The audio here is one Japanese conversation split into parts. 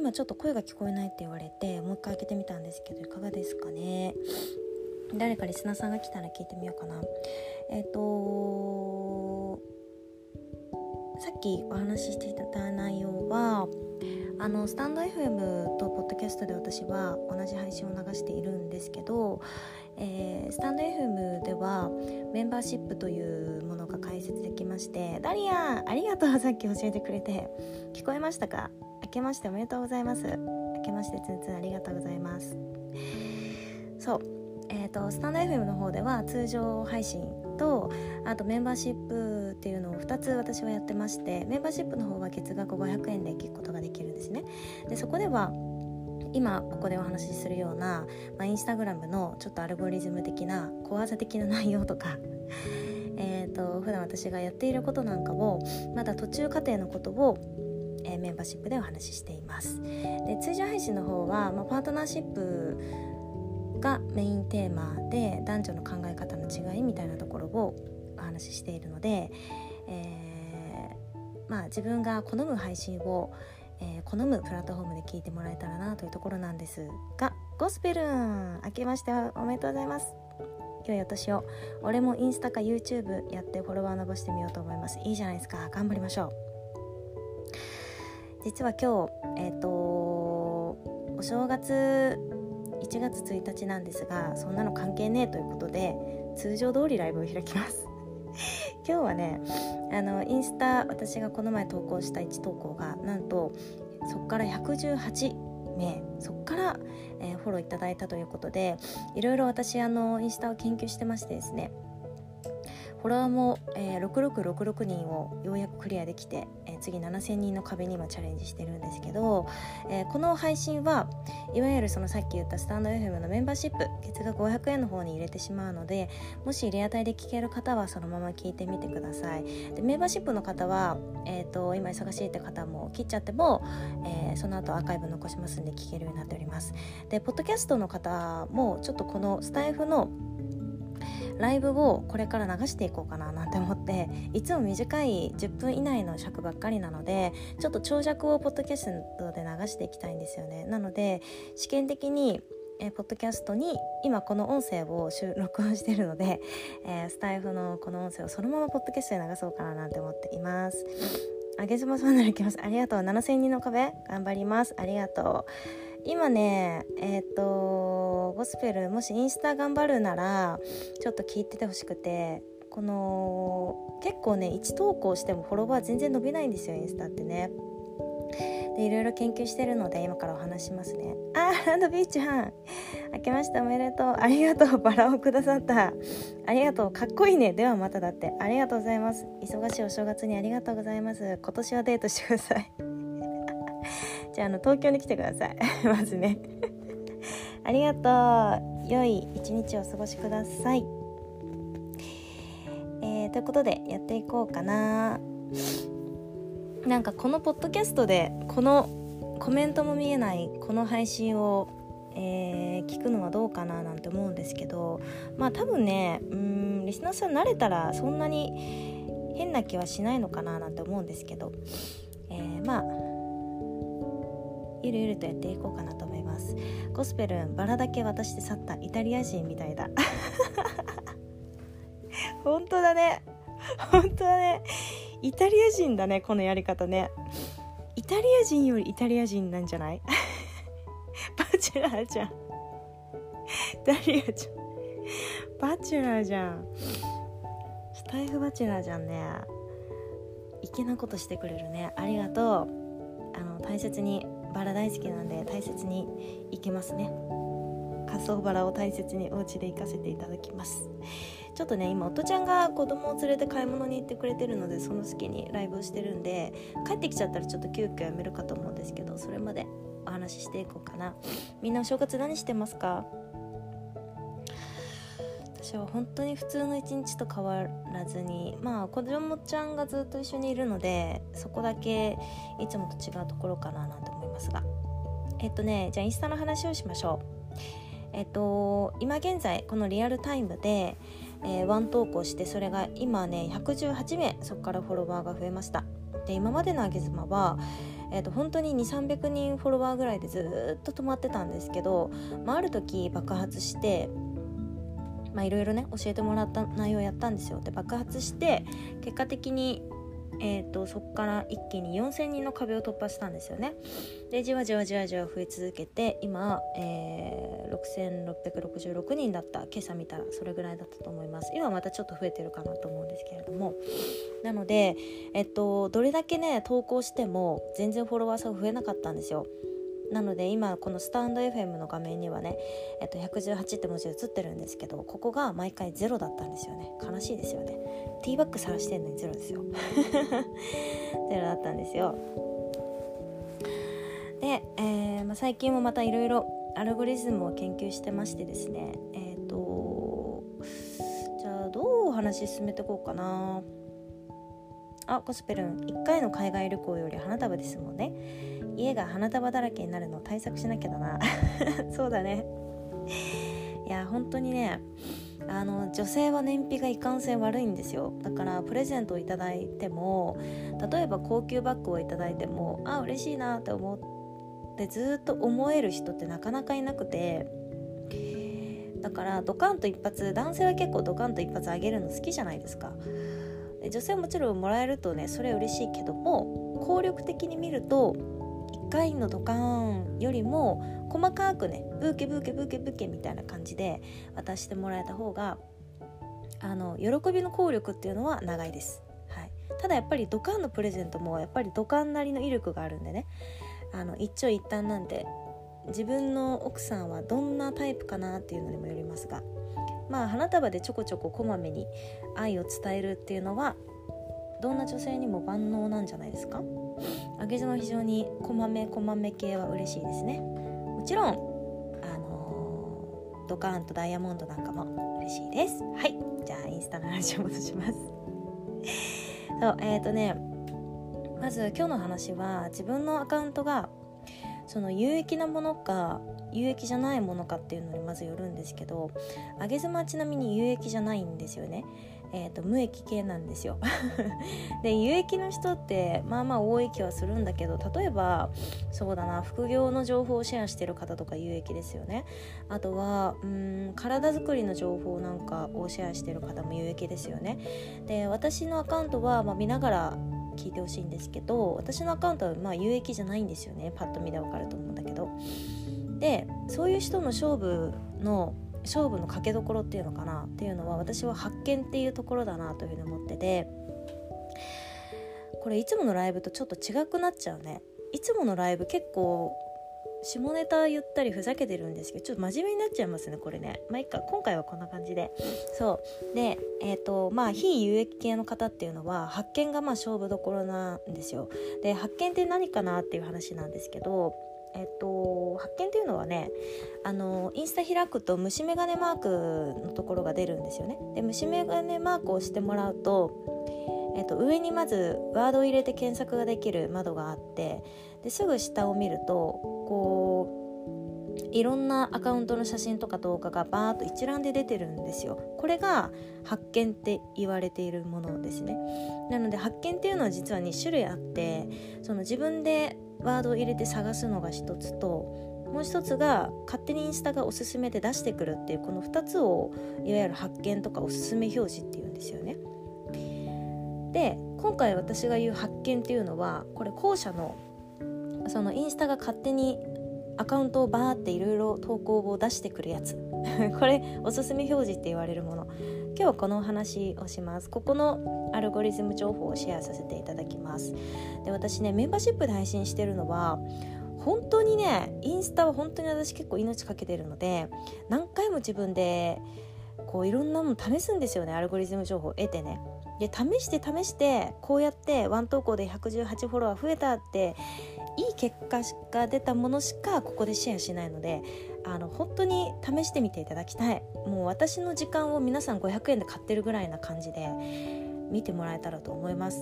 今ちょっと声が聞こえないって言われてもう一回開けてみたんですけど、いかがですかね。誰かリスナーさんが来たら聞いてみようかな。さっきお話ししていた内容はスタンド FM とポッドキャストで私は同じ配信を流しているんですけど、スタンド FM ではメンバーシップというものが開設できまして、ダリアンありがとう、さっき教えてくれて。聞こえましたか？明けましておめでとうございます。明けましてツンツンありがとうございます。そう、スタンド FM の方では通常配信と、あとメンバーシップっていうのを2つ私はやってまして、メンバーシップの方は月額500円で聞くことができるんですね。でそこでは今ここでお話しするような、インスタグラムのちょっとアルゴリズム的な小技的な内容とか普段私がやっていることなんかを、まだ途中過程のことを、メンバーシップでお話ししています。で通常配信の方は、パートナーシップがメインテーマで、男女の考え方の違いみたいなところをお話ししているので、自分が好む配信を、好むプラットフォームで聞いてもらえたらなというところなんですが、ゴスペルン明けましておめでとうございます。良いお年を。俺もインスタか YouTube やってフォロワー伸ばしてみようと思います。いいじゃないですか、頑張りましょう。実は今日お正月1月1日なんですが、そんなの関係ねえということで通常通りライブを開きます今日はね、インスタ私がこの前投稿した1投稿がなんとそこから118名そこから、フォローいただいたということで、いろいろ私インスタを研究してましてですね、フォロワーも、6666人をようやくクリアできて、次7000人の壁に今チャレンジしてるんですけど、この配信はいわゆるそのさっき言ったスタンド FM のメンバーシップ月額500円の方に入れてしまうので、もしリアタイで聞ける方はそのまま聞いてみてください。でメンバーシップの方は、今忙しいって方も切っちゃっても、その後アーカイブ残しますんで聞けるようになっております。でポッドキャストの方もちょっとこのスタイフのライブをこれから流していこうかななんて思って、いつも短い10分以内の尺ばっかりなので、ちょっと長尺をポッドキャストで流していきたいんですよね。なので試験的にポッドキャストに今この音声を録音しているので、スタイフのこの音声をそのままポッドキャストで流そうかななんて思っています。あげずまさんなら来ます。ありがとう。7000人の壁頑張ります。ありがとう。今ねゴスペルもしインスタ頑張るならちょっと聞いててほしくて、この結構ね1投稿してもフォロワー全然伸びないんですよ、インスタってね。でいろいろ研究してるので今からお話しますね。ランドビーちゃん明けましておめでとう。ありがとう。バラをくださった。ありがとう。かっこいいね。ではまただって。ありがとうございます。忙しいお正月にありがとうございます。今年はデートしてくださいじゃあ東京に来てくださいまずねありがとう。良い一日をお過ごしください。ということでやっていこうかな。なんかこのポッドキャストでこのコメントも見えないこの配信を、聞くのはどうかななんて思うんですけど、多分ねリスナーさん慣れたらそんなに変な気はしないのかななんて思うんですけど、ゆるゆるとやっていこうかなと思います。ゴスペルンバラだけ渡して去ったイタリア人みたいだ本当だねイタリア人だね、このやり方ね。イタリア人よりイタリア人なんじゃないバチェラーじゃんダリアちゃんバチェラーじゃん。スタイフバチェラーじゃんね。いけなことしてくれるね。ありがとう。大切にバラ大好きなんで大切にいけますね。仮想バラを大切にお家で行かせていただきます。ちょっとね今夫ちゃんが子供を連れて買い物に行ってくれてるので、その隙にライブをしてるんで、帰ってきちゃったらちょっと急遽やめるかと思うんですけど、それまでお話ししていこうかな。みんなお正月何してますか？私は本当に普通の一日と変わらずに、子供ちゃんがずっと一緒にいるので、そこだけいつもと違うところかななんて思いますが、じゃあインスタの話をしましょう。今現在このリアルタイムで、ワン投稿して、それが今ね118名そこからフォロワーが増えました。で今までのあげ妻は、 本当に 2,300 人フォロワーぐらいでずっと止まってたんですけど、ある時爆発して、いろいろね教えてもらった内容をやったんですよ。で爆発して結果的にそこから一気に 4,000 人の壁を突破したんですよね。でじわじわ増え続けて今、6,666 人だった。今朝見たらそれぐらいだったと思います。今またちょっと増えてるかなと思うんですけれども、なので、どれだけね投稿しても全然フォロワー数が増えなかったんですよ。なので今このスタンド FM の画面にはね、118って文字映ってるんですけど、ここが毎回ゼロだったんですよね。悲しいですよね。ティーバッグ晒してんのにゼロですよゼロだったんですよ。で、最近もまたいろいろアルゴリズムを研究してましてですね、じゃあどうお話進めていこうかな。ゴスペルン、1回の海外旅行より花束ですもんね。家が花束だらけになるのを対策しなきゃだなそうだね。いや本当にね、女性は燃費がいかんせん悪いんですよ。だからプレゼントをいただいても、例えば高級バッグをいただいても嬉しいなって思ってずっと思える人ってなかなかいなくて、だからドカンと一発、男性は結構ドカンと一発あげるの好きじゃないですか。女性はもちろんもらえるとねそれは嬉しいけども、効力的に見ると1回のドカーンよりも細かくねブーケみたいな感じで渡してもらえた方が喜びの効力っていうのは長いです、はい、ただやっぱりドカンのプレゼントもやっぱりドカンなりの威力があるんでね、一長一短なんで自分の奥さんはどんなタイプかなっていうのにもよりますが、花束でちょこちょここまめに愛を伝えるっていうのはどんな女性にも万能なんじゃないですか。あげ妻非常にこまめ系は嬉しいですね。もちろんドカーンとダイヤモンドなんかも嬉しいです。はい、じゃあインスタの話を戻しますそうまず今日の話は自分のアカウントがその有益なものか有益じゃないものかっていうのにまずよるんですけど、あげ妻はちなみに有益じゃないんですよね。無益系なんですよで有益の人って多い気はするんだけど、例えばそうだな、副業の情報をシェアしてる方とか有益ですよね。あとは体作りの情報なんかをシェアしてる方も有益ですよね。で私のアカウントは、見ながら聞いてほしいんですけど、私のアカウントは有益じゃないんですよね。パッと見でわかると思うんだけど、でそういう人の勝負のかけどころっていうのかなっていうのは、私は発見っていうところだなというふうに思ってて、これいつものライブとちょっと違くなっちゃうね。いつものライブ結構下ネタ言ったりふざけてるんですけど、ちょっと真面目になっちゃいますねこれね。いっか、今回はこんな感じで。そうで非有益系の方っていうのは発見が勝負どころなんですよ。で発見って何かなっていう話なんですけど、発見っていうのはね、インスタ開くと虫眼鏡マークのところが出るんですよね。で虫眼鏡マークを押してもらうと、上にまずワードを入れて検索ができる窓があって、ですぐ下を見るといろんなアカウントの写真とか動画がバーッと一覧で出てるんですよ。これが発見って言われているものですね。なので発見っていうのは実は2種類あって、その自分でワードを入れて探すのが一つと、もう一つが勝手にインスタがおすすめで出してくるっていう、この2つをいわゆる発見とかおすすめ表示っていうんですよね。で今回私が言う発見っていうのは、これ後者のそのインスタが勝手にアカウントをバーっていろいろ投稿を出してくるやつこれおすすめ表示って言われるもの。今日はこのお話をします。ここのアルゴリズム情報をシェアさせていただきます。で私ね、メンバーシップで配信してるのは本当にね、インスタは本当に私結構命かけてるので、何回も自分でいろんなもの試すんですよね。アルゴリズム情報を得てね。で試してこうやってワン投稿で118フォロワー増えたっていい結果が出たものしかここでシェアしないので、本当に試してみていただきたい。もう私の時間を皆さん500円で買ってるぐらいな感じで見てもらえたらと思います。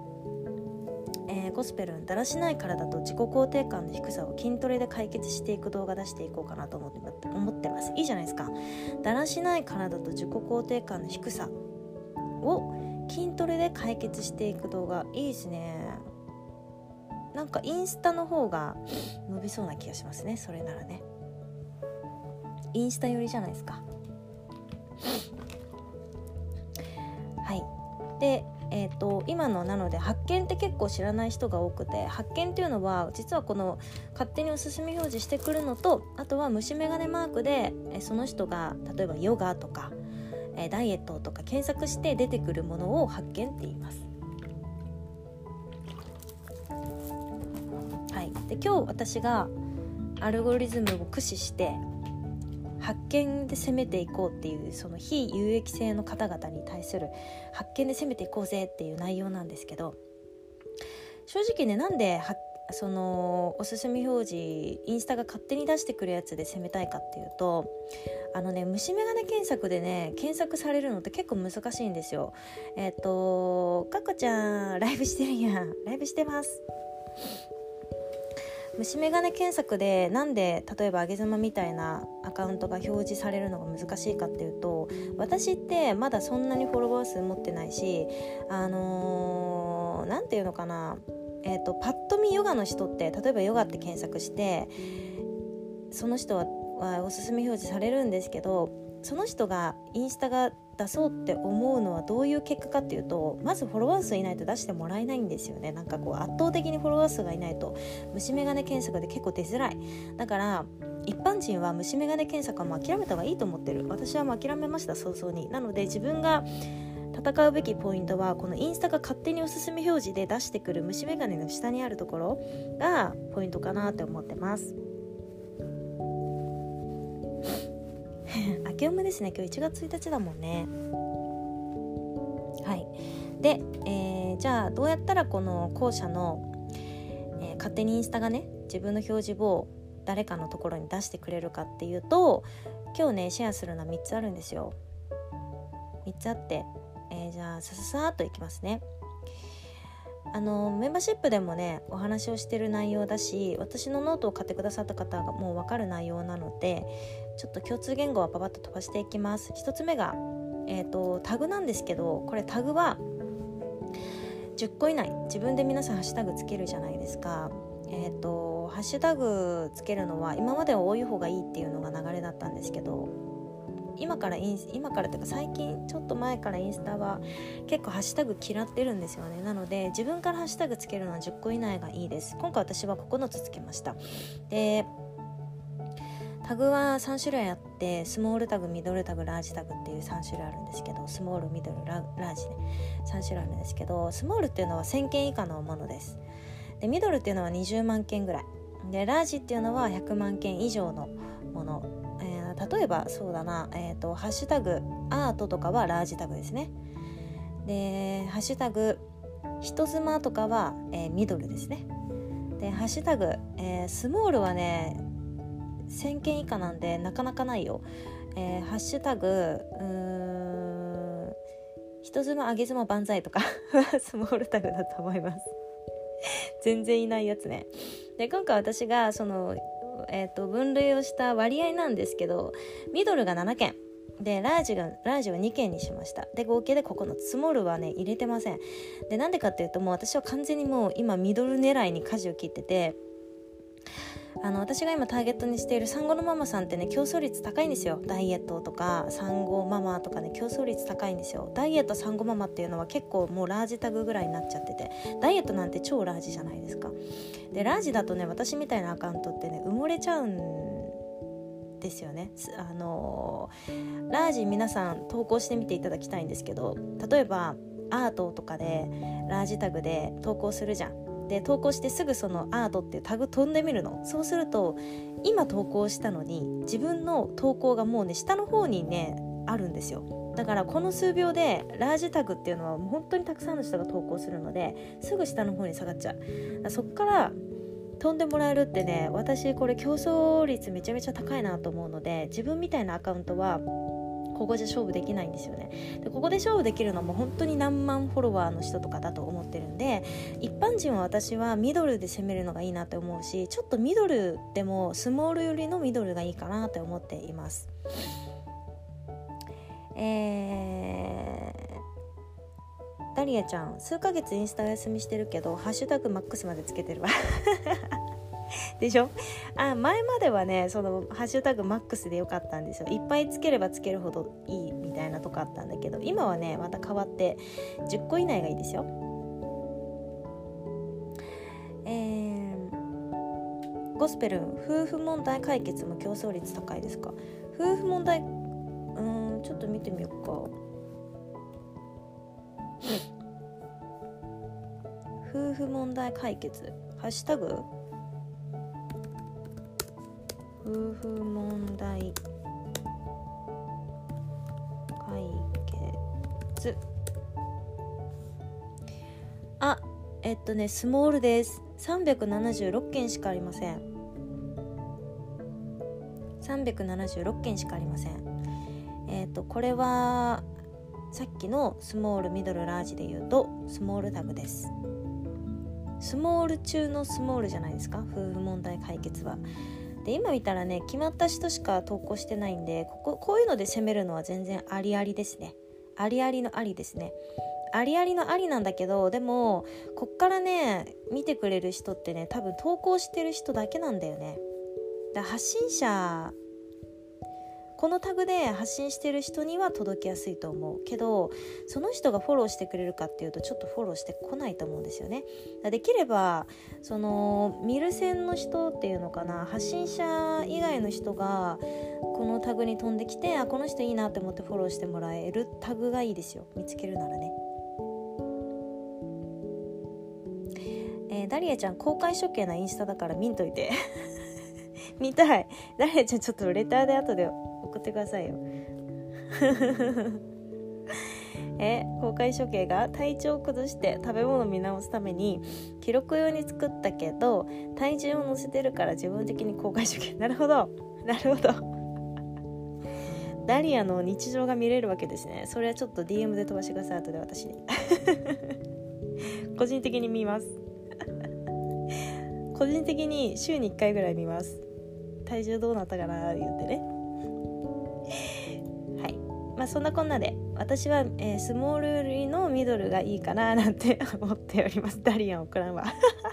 ゴスペルン、だらしない体と自己肯定感の低さを筋トレで解決していく動画出していこうかなと思ってます。いいじゃないですか。だらしない体と自己肯定感の低さを筋トレで解決していく動画、いいですね。 なんかインスタの方が伸びそうな気がしますね。それならね、インスタ寄りじゃないですか。はい。で今のなので発見って結構知らない人が多くて、発見っていうのは実はこの勝手におすすめ表示してくるのと、あとは虫眼鏡マークでその人が例えばヨガとかダイエットとか検索して出てくるものを発見って言います。はい。で今日私がアルゴリズムを駆使して発見で攻めていこうっていう、その非有益性の方々に対する発見で攻めていこうぜっていう内容なんですけど、正直ね、なんでそのおすすめ表示インスタが勝手に出してくるやつで攻めたいかっていうと、虫眼鏡検索でね検索されるのって結構難しいんですよ。かこちゃんライブしてるやん。ライブしてます。虫眼鏡検索でなんで例えばあげずまみたいなアカウントが表示されるのが難しいかっていうと、私ってまだそんなにフォロワー数持ってないし、なんていうのかな、パッと見ヨガの人って例えばヨガって検索してその人はおすすめ表示されるんですけど、その人がインスタが出そうって思うのはどういう結果かっていうと、まずフォロワー数いないと出してもらえないんですよね。なんかこう圧倒的にフォロワー数がいないと虫眼鏡検索で結構出づらい。だから一般人は虫眼鏡検索はもう諦めた方がいいと思ってる。私はもう諦めました、早々に。なので自分が戦うべきポイントはこのインスタが勝手におすすめ表示で出してくる虫眼鏡の下にあるところがポイントかなって思ってます。明けおめですね。今日1月1日だもんね。はい。で、じゃあどうやったらこの後者の、勝手にインスタがね自分の表示を誰かのところに出してくれるかっていうと、今日ねシェアするのは3つあるんですよ。3つあって、じゃあさっといきますね。メンバーシップでもねお話をしてる内容だし、私のノートを買ってくださった方がもう分かる内容なので、ちょっと共通言語はパパッと飛ばしていきます。一つ目が、タグなんですけど、これタグは10個以内、自分で皆さんハッシュタグつけるじゃないですか。ハッシュタグつけるのは今までは多い方がいいっていうのが流れだったんですけど、今からというか最近ちょっと前からインスタは結構ハッシュタグ嫌ってるんですよね。なので自分からハッシュタグつけるのは10個以内がいいです。今回私は9つつけました。でタグは3種類あって、スモールタグ、ミドルタグ、ラージタグっていう3種類あるんですけど、スモール、ミドル、ラージね3種類あるんですけど、スモールっていうのは1000件以下のものです。でミドルっていうのは20万件ぐらいで、ラージっていうのは100万件以上のもの。例えばそうだな、ハッシュタグアートとかはラージタグですね。でハッシュタグ人妻とかは、ミドルですね。でハッシュタグ、スモールはね1000件以下なんでなかなかないよ。ハッシュタグ人妻あげ妻万歳とかスモールタグだと思います全然いないやつね。で今回私がその分類をした割合なんですけど、ミドルが7件でラージを2件にしました。で合計で9つ。スモールはね入れてません。でなんでかっていうと、もう私は完全にもう今ミドル狙いに舵を切ってて、私が今ターゲットにしている産後のママさんってね競争率高いんですよ。ダイエットとか産後ママとかね競争率高いんですよ。ダイエット産後ママっていうのは結構もうラージタグぐらいになっちゃってて、ダイエットなんて超ラージじゃないですか。でラージだとね私みたいなアカウントってね埋もれちゃうんですよね。ラージ皆さん投稿してみていただきたいんですけど、例えばアートとかでラージタグで投稿するじゃん。で投稿してすぐそのアートっていうタグ飛んでみるの。そうすると今投稿したのに自分の投稿がもうね下の方にねあるんですよ。だからこの数秒でラージタグっていうのはもう本当にたくさんの人が投稿するのですぐ下の方に下がっちゃう。そっから飛んでもらえるってね、私これ競争率めちゃめちゃ高いなと思うので、自分みたいなアカウントはここじゃ勝負できないんですよね。でここで勝負できるのも本当に何万フォロワーの人とかだと思ってるんで、一般人は私はミドルで攻めるのがいいなって思うし、ちょっとミドルでもスモール寄りのミドルがいいかなって思っています。 ダリアちゃん数ヶ月インスタお休みしてるけどハッシュタグマックスまでつけてるわでしょ。前まではねそのハッシュタグマックスでよかったんですよ。いっぱいつければつけるほどいいみたいなとこあったんだけど、今はねまた変わって10個以内がいいですよ。ゴスペルン、夫婦問題解決も競争率高いですか。夫婦問題ちょっと見てみようか。夫婦問題解決ハッシュタグ夫婦問題解決、スモールです。376件しかありません。376件しかありません。これはさっきのスモールミドルラージで言うとスモールタグです。スモール中のスモールじゃないですか、夫婦問題解決は。で今見たらね決まった人しか投稿してないんで、こういうので攻めるのは全然ありありですね。ありありのありですね。ありありのありなんだけど、でもこっからね見てくれる人ってね多分投稿してる人だけなんだよね。だから発信者、このタグで発信してる人には届きやすいと思うけど、その人がフォローしてくれるかっていうとちょっとフォローしてこないと思うんですよね。できればその見る線の人っていうのかな、発信者以外の人がこのタグに飛んできて、この人いいなって思ってフォローしてもらえるタグがいいですよ、見つけるならね。ダリアちゃん公開処刑なインスタだから見んといて見たい。ダリアちゃんちょっとレターで後で送ってくださいよ公開処刑が体調を崩して食べ物を見直すために記録用に作ったけど体重を乗せてるから自分的に公開処刑。なるほどダリアの日常が見れるわけですね。それはちょっと DM で飛ばしてください、後で私に個人的に見ます個人的に週に1回ぐらい見ます。体重どうなったかな言ってね。はい、そんなこんなで私は、スモールよりのミドルがいいかななんて思っております。ダリアンを送らんわ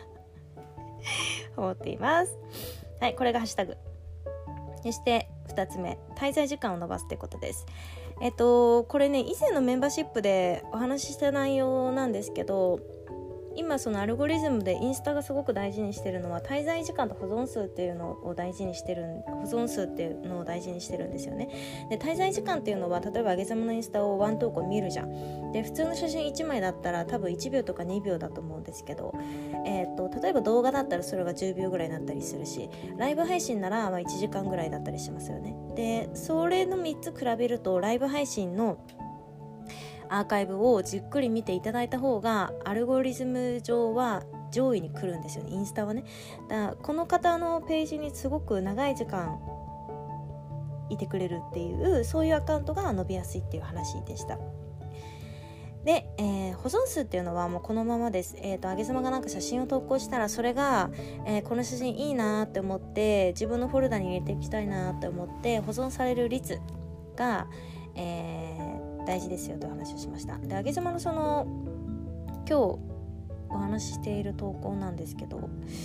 思っています。はい、これがハッシュタグ。そして2つ目、滞在時間を延ばすってことです。これね以前のメンバーシップでお話しした内容なんですけど、今そのアルゴリズムでインスタがすごく大事にしてるのは滞在時間と保存数っていうのを大事にしてるんですよね。で滞在時間っていうのは例えばあげざまのインスタをワン投稿見るじゃん。で普通の写真1枚だったら多分1秒とか2秒だと思うんですけど、例えば動画だったらそれが10秒ぐらいになったりするし、ライブ配信なら1時間ぐらいだったりしますよね。でそれの3つ比べるとライブ配信のアーカイブをじっくり見ていただいた方がアルゴリズム上は上位に来るんですよね、インスタはね。だからこの方のページにすごく長い時間いてくれるっていうそういうアカウントが伸びやすいっていう話でした。で、保存数っていうのはもうこのままです。あげざまがなんか写真を投稿したらそれが、この写真いいなって思って自分のフォルダに入れていきたいなって思って保存される率が、大事ですよという話をしました。であげざまのその今日お話ししている投稿なんですけど、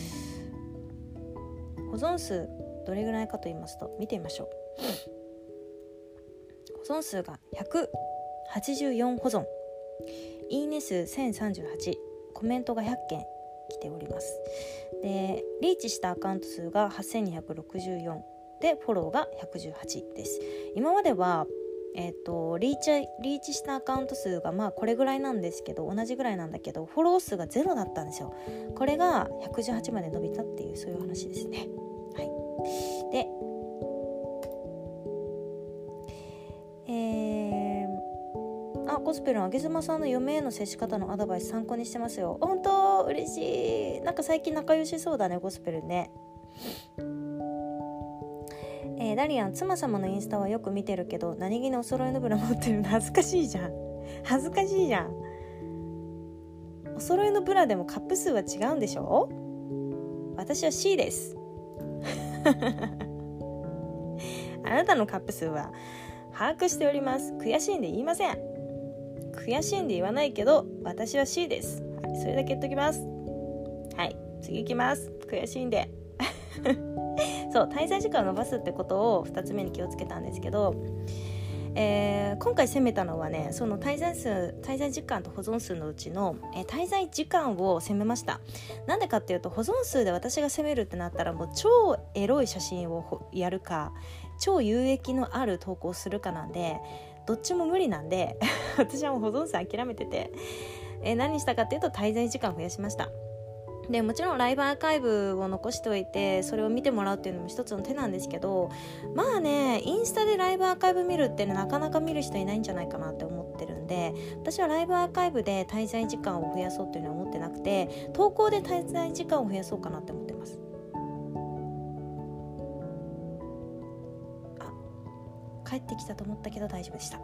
保存数どれぐらいかと言いますと見てみましょう。保存数が184保存、いいね数1038、コメントが100件来ております。でリーチしたアカウント数が8264でフォローが118です。今まではリーチしたアカウント数がこれぐらいなんですけど、同じぐらいなんだけどフォロー数が0だったんですよ。これが118まで伸びたっていうそういう話ですね。はい。でゴスペルのあげずまさんの嫁への接し方のアドバイス参考にしてますよ。本当嬉しい。なんか最近仲良しそうだねゴスペルね。ダリアン、妻様のインスタはよく見てるけど何気にお揃いのブラ持ってるの恥ずかしいじゃん。お揃いのブラでもカップ数は違うんでしょ。私は C ですあなたのカップ数は把握しております。悔しいんで言いません。悔悔しいんで言わないけど私は C です、はい、それだけ言っときます。はい、次いきます。悔しいんでそう、滞在時間を伸ばすってことを2つ目に気をつけたんですけど、今回攻めたのはね、その滞在時間と保存数のうちの、滞在時間を攻めました。なんでかっていうと、保存数で私が攻めるってなったらもう超エロい写真をやるか超有益のある投稿をするかなんで、どっちも無理なんで私はもう保存数諦めてて、何したかっていうと滞在時間を増やしました。でもちろんライブアーカイブを残しておいてそれを見てもらうっていうのも一つの手なんですけど、まあね、インスタでライブアーカイブ見るって、ね、なかなか見る人いないんじゃないかなって思ってるんで、私はライブアーカイブで滞在時間を増やそうっていうのは思ってなくて、投稿で滞在時間を増やそうかなって思ってます。帰ってきたと思ったけど大丈夫でした。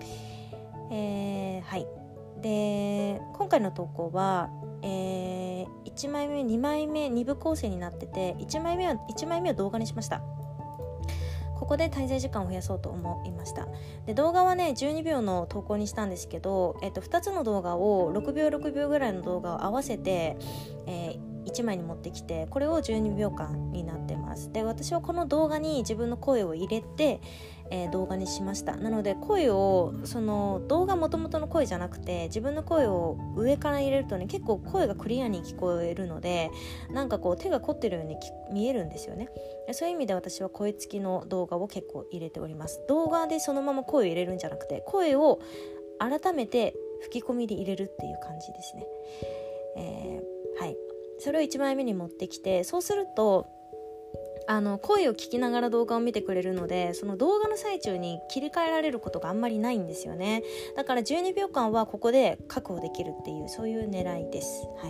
はい。で、今回の投稿は1枚目2枚目2部構成になってて、1枚目を動画にしました。ここで滞在時間を増やそうと思いました。で、動画はね12秒の投稿にしたんですけど、2つの動画を6秒6秒ぐらいの動画を合わせて、1枚に持ってきて、これを12秒間になってます。で、私はこの動画に自分の声を入れて、動画にしました。なので声を、その動画元々の声じゃなくて自分の声を上から入れるとね、結構声がクリアに聞こえるので、なんかこう手が凝ってるように見えるんですよね。そういう意味で私は声付きの動画を結構入れております。動画でそのまま声を入れるんじゃなくて、声を改めて吹き込みで入れるっていう感じですね。はい、それを1枚目に持ってきて、そうすると声を聞きながら動画を見てくれるので、その動画の最中に切り替えられることがあんまりないんですよね。だから12秒間はここで確保できるっていう、そういう狙いです。はい、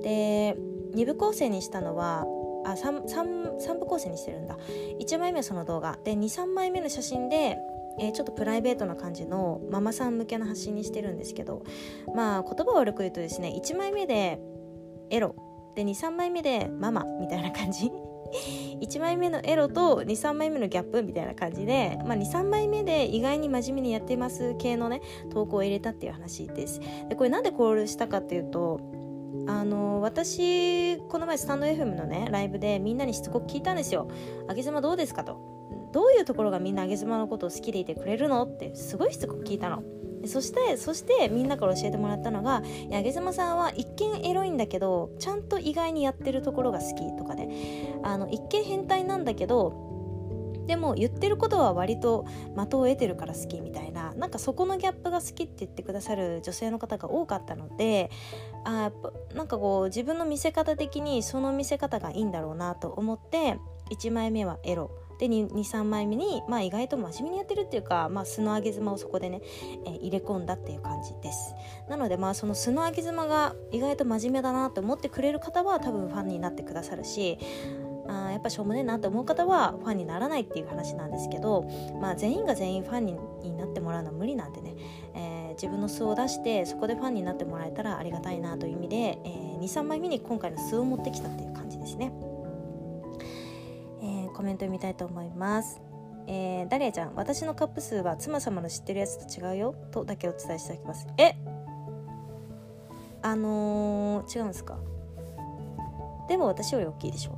で、2部構成にしたのは3部構成にしてるんだ。1枚目はその動画で、2、3枚目の写真でちょっとプライベートな感じのママさん向けの発信にしてるんですけど、まあ言葉を悪く言うとですね、1枚目でエロで2、3枚目でママみたいな感じ1枚目のエロと2、3枚目のギャップみたいな感じで、2、3枚目で意外に真面目にやってます系のね投稿を入れたっていう話です。で、これなんでこれしたかっていうと、私この前スタンド FM のねライブでみんなにしつこく聞いたんですよ。あげ妻どうですかと、どういうところがみんなあげ妻のことを好きでいてくれるのってすごいしつこく聞いたの。そしてみんなから教えてもらったのが、あげ妻さんは一見エロいんだけどちゃんと意外にやってるところが好きとかね、一見変態なんだけどでも言ってることは割と的を得てるから好きみたいな、なんかそこのギャップが好きって言ってくださる女性の方が多かったので、やっぱなんかこう自分の見せ方的にその見せ方がいいんだろうなと思って、1枚目はエロで 2、3枚目に、意外と真面目にやってるっていうか、素の上げ妻をそこでね、入れ込んだっていう感じです。なのでその素の上げ妻が意外と真面目だなと思ってくれる方は多分ファンになってくださるし、やっぱしょうもねえなって思う方はファンにならないっていう話なんですけど、全員が全員ファンになってもらうのは無理なんでね、自分の素を出してそこでファンになってもらえたらありがたいなという意味で、2、3枚目に今回の素を持ってきたっていう感じですね。コメント読みたいと思います。ダリアちゃん、私のカップ数は妻様の知ってるやつと違うよとだけお伝えしておきます。違うんですか？でも私より大きいでしょ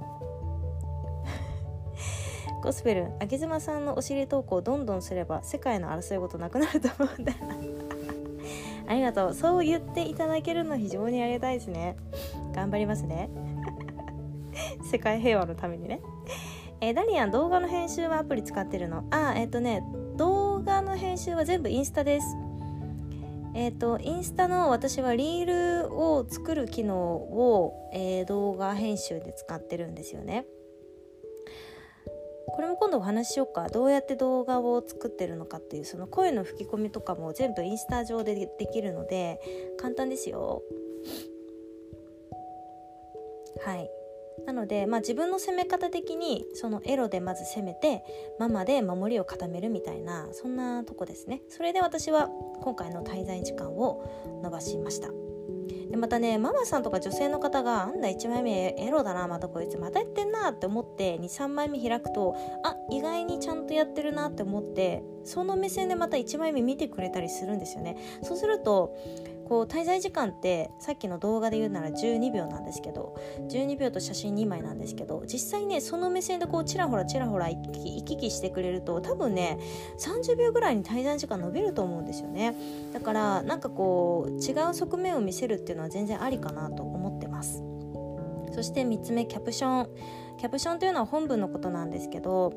ゴスペル、あげ妻さんのお尻投稿をどんどんすれば世界の争い事なくなると思うんだありがとう。そう言っていただけるの非常にありがたいですね。頑張りますね世界平和のためにね。ダリアン、動画の編集はアプリ使ってるの？動画の編集は全部インスタです。インスタの私はリールを作る機能を、動画編集で使ってるんですよね。これも今度お話ししようか。どうやって動画を作ってるのかっていう、その声の吹き込みとかも全部インスタ上でできるので簡単ですよ。はい。なので、自分の攻め方的にそのエロでまず攻めてママで守りを固めるみたいな、そんなとこですね。それで私は今回の滞在時間を伸ばしました。でまたね、ママさんとか女性の方が1枚目エロだな、またこいつまたやってんなって思って 2、3枚目開くと、意外にちゃんとやってるなって思ってその目線でまた1枚目見てくれたりするんですよね。そうするとこう滞在時間ってさっきの動画で言うなら12秒なんですけど、12秒と写真2枚なんですけど、実際ねその目線でこうチラホラ行き来してくれると多分ね30秒ぐらいに滞在時間伸びると思うんですよね。だからなんかこう違う側面を見せるっていうのは全然ありかなと思ってます。そして3つ目、キャプションというのは本文のことなんですけど、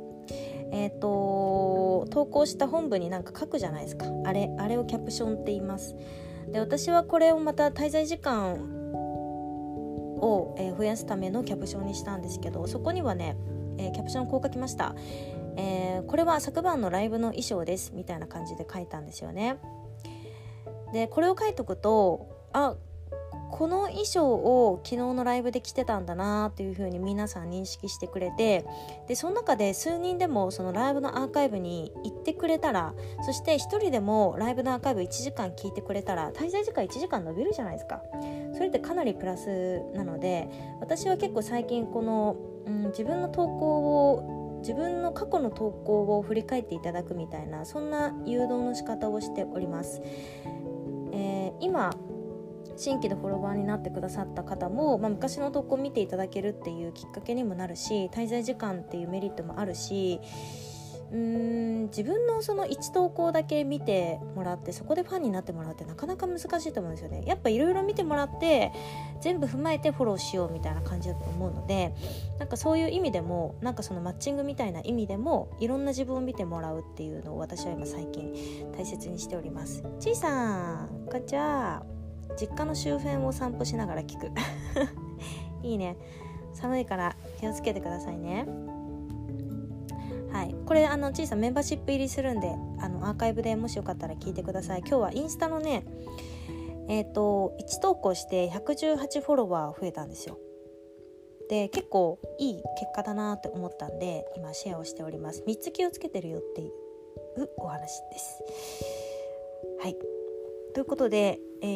投稿した本文になんか書くじゃないですか。あれをキャプションって言います。で、私はこれをまた滞在時間を増やすためのキャプションにしたんですけど、そこにはね、キャプションこう書きました。これは昨晩のライブの衣装ですみたいな感じで書いたんですよね。でこれを書いとくと、この衣装を昨日のライブで着てたんだなっていう風に皆さん認識してくれて、でその中で数人でもそのライブのアーカイブに行ってくれたら、そして一人でもライブのアーカイブ1時間聞いてくれたら滞在時間1時間伸びるじゃないですか。それってかなりプラスなので、私は結構最近この、自分の過去の投稿を振り返っていただくみたいな、そんな誘導の仕方をしております。今新規でフォロワーになってくださった方も、昔の投稿を見ていただけるっていうきっかけにもなるし、滞在時間っていうメリットもあるし、自分のその1投稿だけ見てもらってそこでファンになってもらうってなかなか難しいと思うんですよね。やっぱいろいろ見てもらって全部踏まえてフォローしようみたいな感じだと思うので、なんかそういう意味でも、なんかそのマッチングみたいな意味でもいろんな自分を見てもらうっていうのを私は今最近大切にしております。ちいさん、こんにちは。実家の周辺を散歩しながら聞くいいね。寒いから気をつけてくださいね。はい、これちいさんメンバーシップ入りするんでアーカイブでもしよかったら聞いてください。今日はインスタのね1投稿して118フォロワー増えたんですよ。で結構いい結果だなって思ったんで今シェアをしております。3つ気をつけてるよっていうお話です。はい、ということで、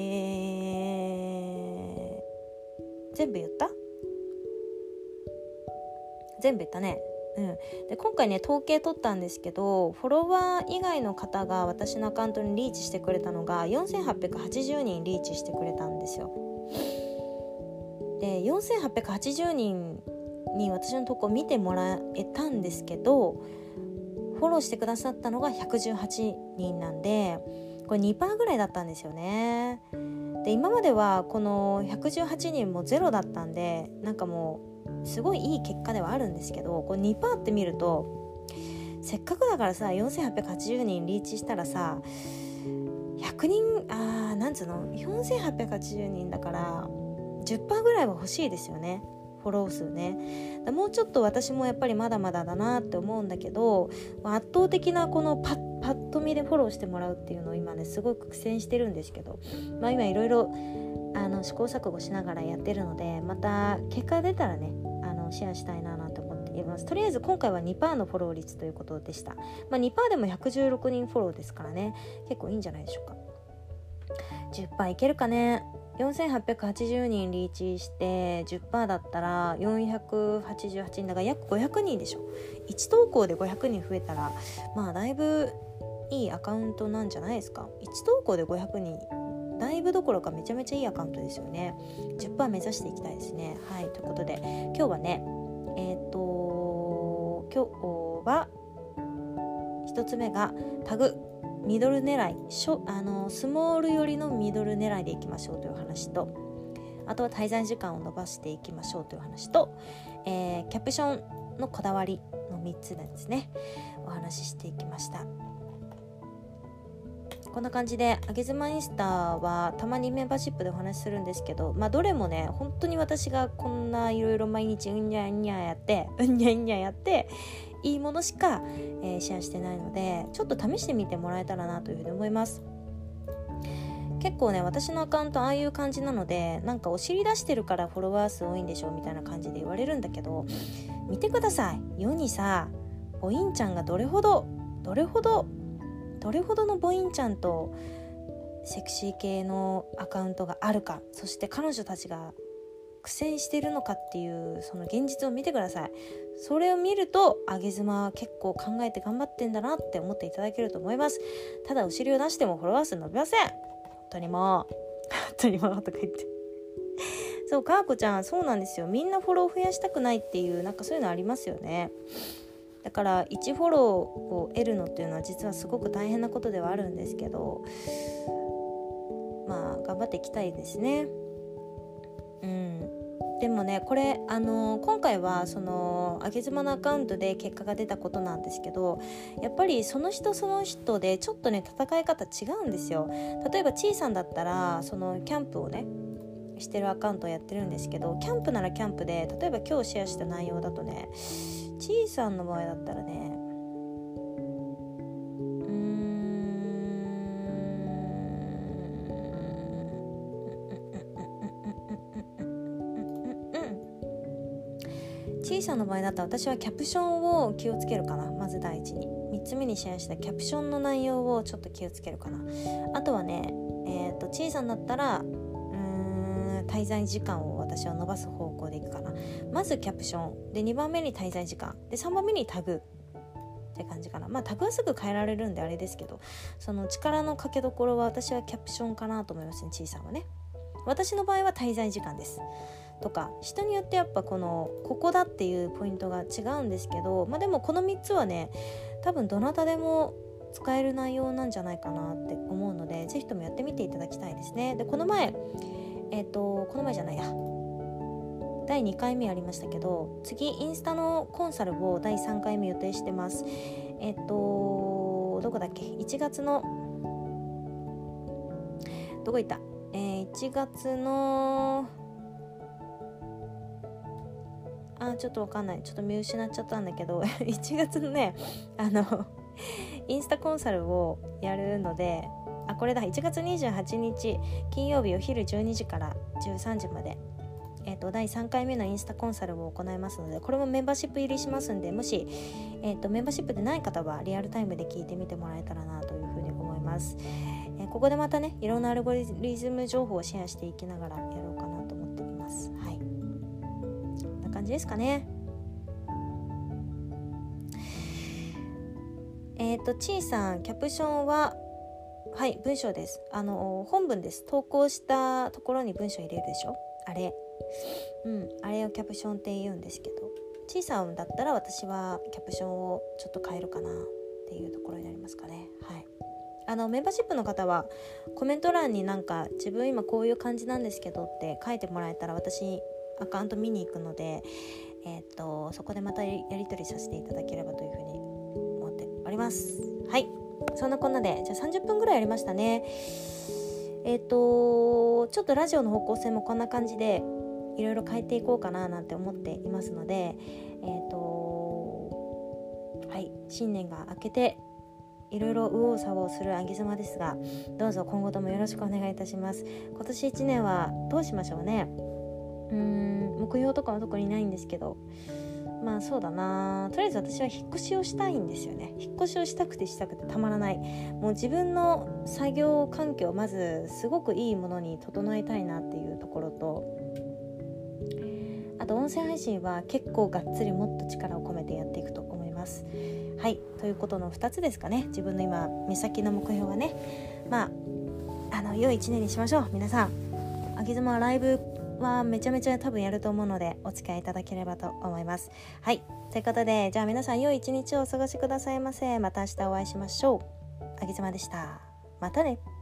全部言ったね。で今回ね統計取ったんですけど、フォロワー以外の方が私のアカウントにリーチしてくれたのが4880人リーチしてくれたんですよ。で4880人に私の投稿見てもらえたんですけど、フォローしてくださったのが118人なんで、これ 2% ぐらいだったんですよね。で今まではこの118人もゼロだったんで、なんかもうすごいいい結果ではあるんですけど、これ 2% って見ると、せっかくだからさ4880人リーチしたらさ100人4880人だから 10% ぐらいは欲しいですよね、フォロー数ね。もうちょっと私もやっぱりまだまだだなって思うんだけど、圧倒的なこのパッと見でフォローしてもらうっていうのを今ねすごく苦戦してるんですけど、今いろいろ試行錯誤しながらやってるので、また結果が出たらねシェアしたいなと思っています。とりあえず今回は 2% のフォロー率ということでした。2% でも116人フォローですからね、結構いいんじゃないでしょうか。10% いけるかね。4880人リーチして 10% だったら488人だから約500人でしょ。1投稿で500人増えたらだいぶいいアカウントなんじゃないですか。1投稿で500人だいぶどころかめちゃめちゃいいアカウントですよね。 10% 目指していきたいですね。はい、ということで今日はね今日は1つ目がタグミドル狙い、スモール寄りのミドル狙いでいきましょうという話と、あとは滞在時間を伸ばしていきましょうという話と、キャプションのこだわりの3つですね、お話ししていきました。こんな感じであげずまインスタはたまにメンバーシップでお話しするんですけど、どれもね本当に私がこんないろいろ毎日うんにゃんにゃやっていいものしか、シェアしてないので、ちょっと試してみてもらえたらなというふうに思います。結構ね私のアカウントああいう感じなので、なんかお尻出してるからフォロワー数多いんでしょみたいな感じで言われるんだけど、見てください。世にさボインちゃんがどれほどのボインちゃんとセクシー系のアカウントがあるか、そして彼女たちが苦戦しているのかっていうその現実を見てください。それを見るとあげ妻は結構考えて頑張ってんだなって思っていただけると思います。ただお尻を出してもフォロワー数伸びません。本当にもうとか言ってそう、かーこちゃんそうなんですよ。みんなフォロー増やしたくないっていうなんかそういうのありますよね。だから1フォローを得るのっていうのは実はすごく大変なことではあるんですけど、まあ頑張っていきたいですね。でもねこれ今回はそのあげ妻のアカウントで結果が出たことなんですけど、やっぱりその人その人でちょっとね戦い方違うんですよ。例えばちいさんだったらそのキャンプをねしてるアカウントをやってるんですけど、キャンプならキャンプで例えば今日シェアした内容だとね、ちいさんの場合だったらねちいさんの場合だったら私はキャプションを気をつけるかな。まず第一に3つ目にシェアしたキャプションの内容をちょっと気をつけるかな。あとはねちいさんだったら滞在時間を私は伸ばす方向でいくかな。まずキャプションで2番目に滞在時間で3番目にタグって感じかな。まあタグはすぐ変えられるんであれですけど、その力のかけどころは私はキャプションかなと思いますね。ちいさんはね。私の場合は滞在時間ですとか、人によってやっぱここだっていうポイントが違うんですけど、まあでもこの3つはね多分どなたでも使える内容なんじゃないかなって思うので、ぜひともやってみていただきたいですね。でこの前じゃないや第2回目ありましたけど、次インスタのコンサルを第3回目予定してます。どこだっけ、1月のどこ行った、1月のちょっとわかんない、ちょっと見失っちゃったんだけど1月のねインスタコンサルをやるので、これだ、1月28日金曜日お昼12時から13時まで、第3回目のインスタコンサルを行いますので、これもメンバーシップ入りしますんで、もし、メンバーシップでない方はリアルタイムで聞いてみてもらえたらなというふうに思います。ここでまたねいろんなアルゴリズム情報をシェアしていきながらやろうかなと思っています。はい、こんな感じですかね。ちいさんキャプションははい文章です。本文です。投稿したところに文章入れるでしょ、あれをキャプションって言うんですけど、ちいさんだったら私はキャプションをちょっと変えるかなっていうところになりますかね。はい、メンバーシップの方はコメント欄になんか自分今こういう感じなんですけどって書いてもらえたら私アカウント見に行くので、そこでまたやり取りさせていただければというふうに思っております。はい、そんなこんなでじゃあ30分ぐらいやりましたね。ちょっとラジオの方向性もこんな感じでいろいろ変えていこうかななんて思っていますので、はい、新年が明けていろいろ右往左往するあげ妻ですが、どうぞ今後ともよろしくお願いいたします。今年1年はどうしましょうね。目標とかは特にないんですけど、まあそうだな、とりあえず私は引っ越しをしたいんですよね。引っ越しをしたくてたまらない。もう自分の作業環境をまずすごくいいものに整えたいなっていうところと、あと音声配信は結構がっつりもっと力を込めてやっていくと思います。はい、ということの2つですかね。自分の今目先の目標はね、まあ良い1年にしましょう。皆さんあげ妻はライブはめちゃめちゃ多分やると思うのでお付き合いいただければと思います。はい、ということでじゃあ皆さん良い一日をお過ごしくださいませ。また明日お会いしましょう。あげ妻でした。またね。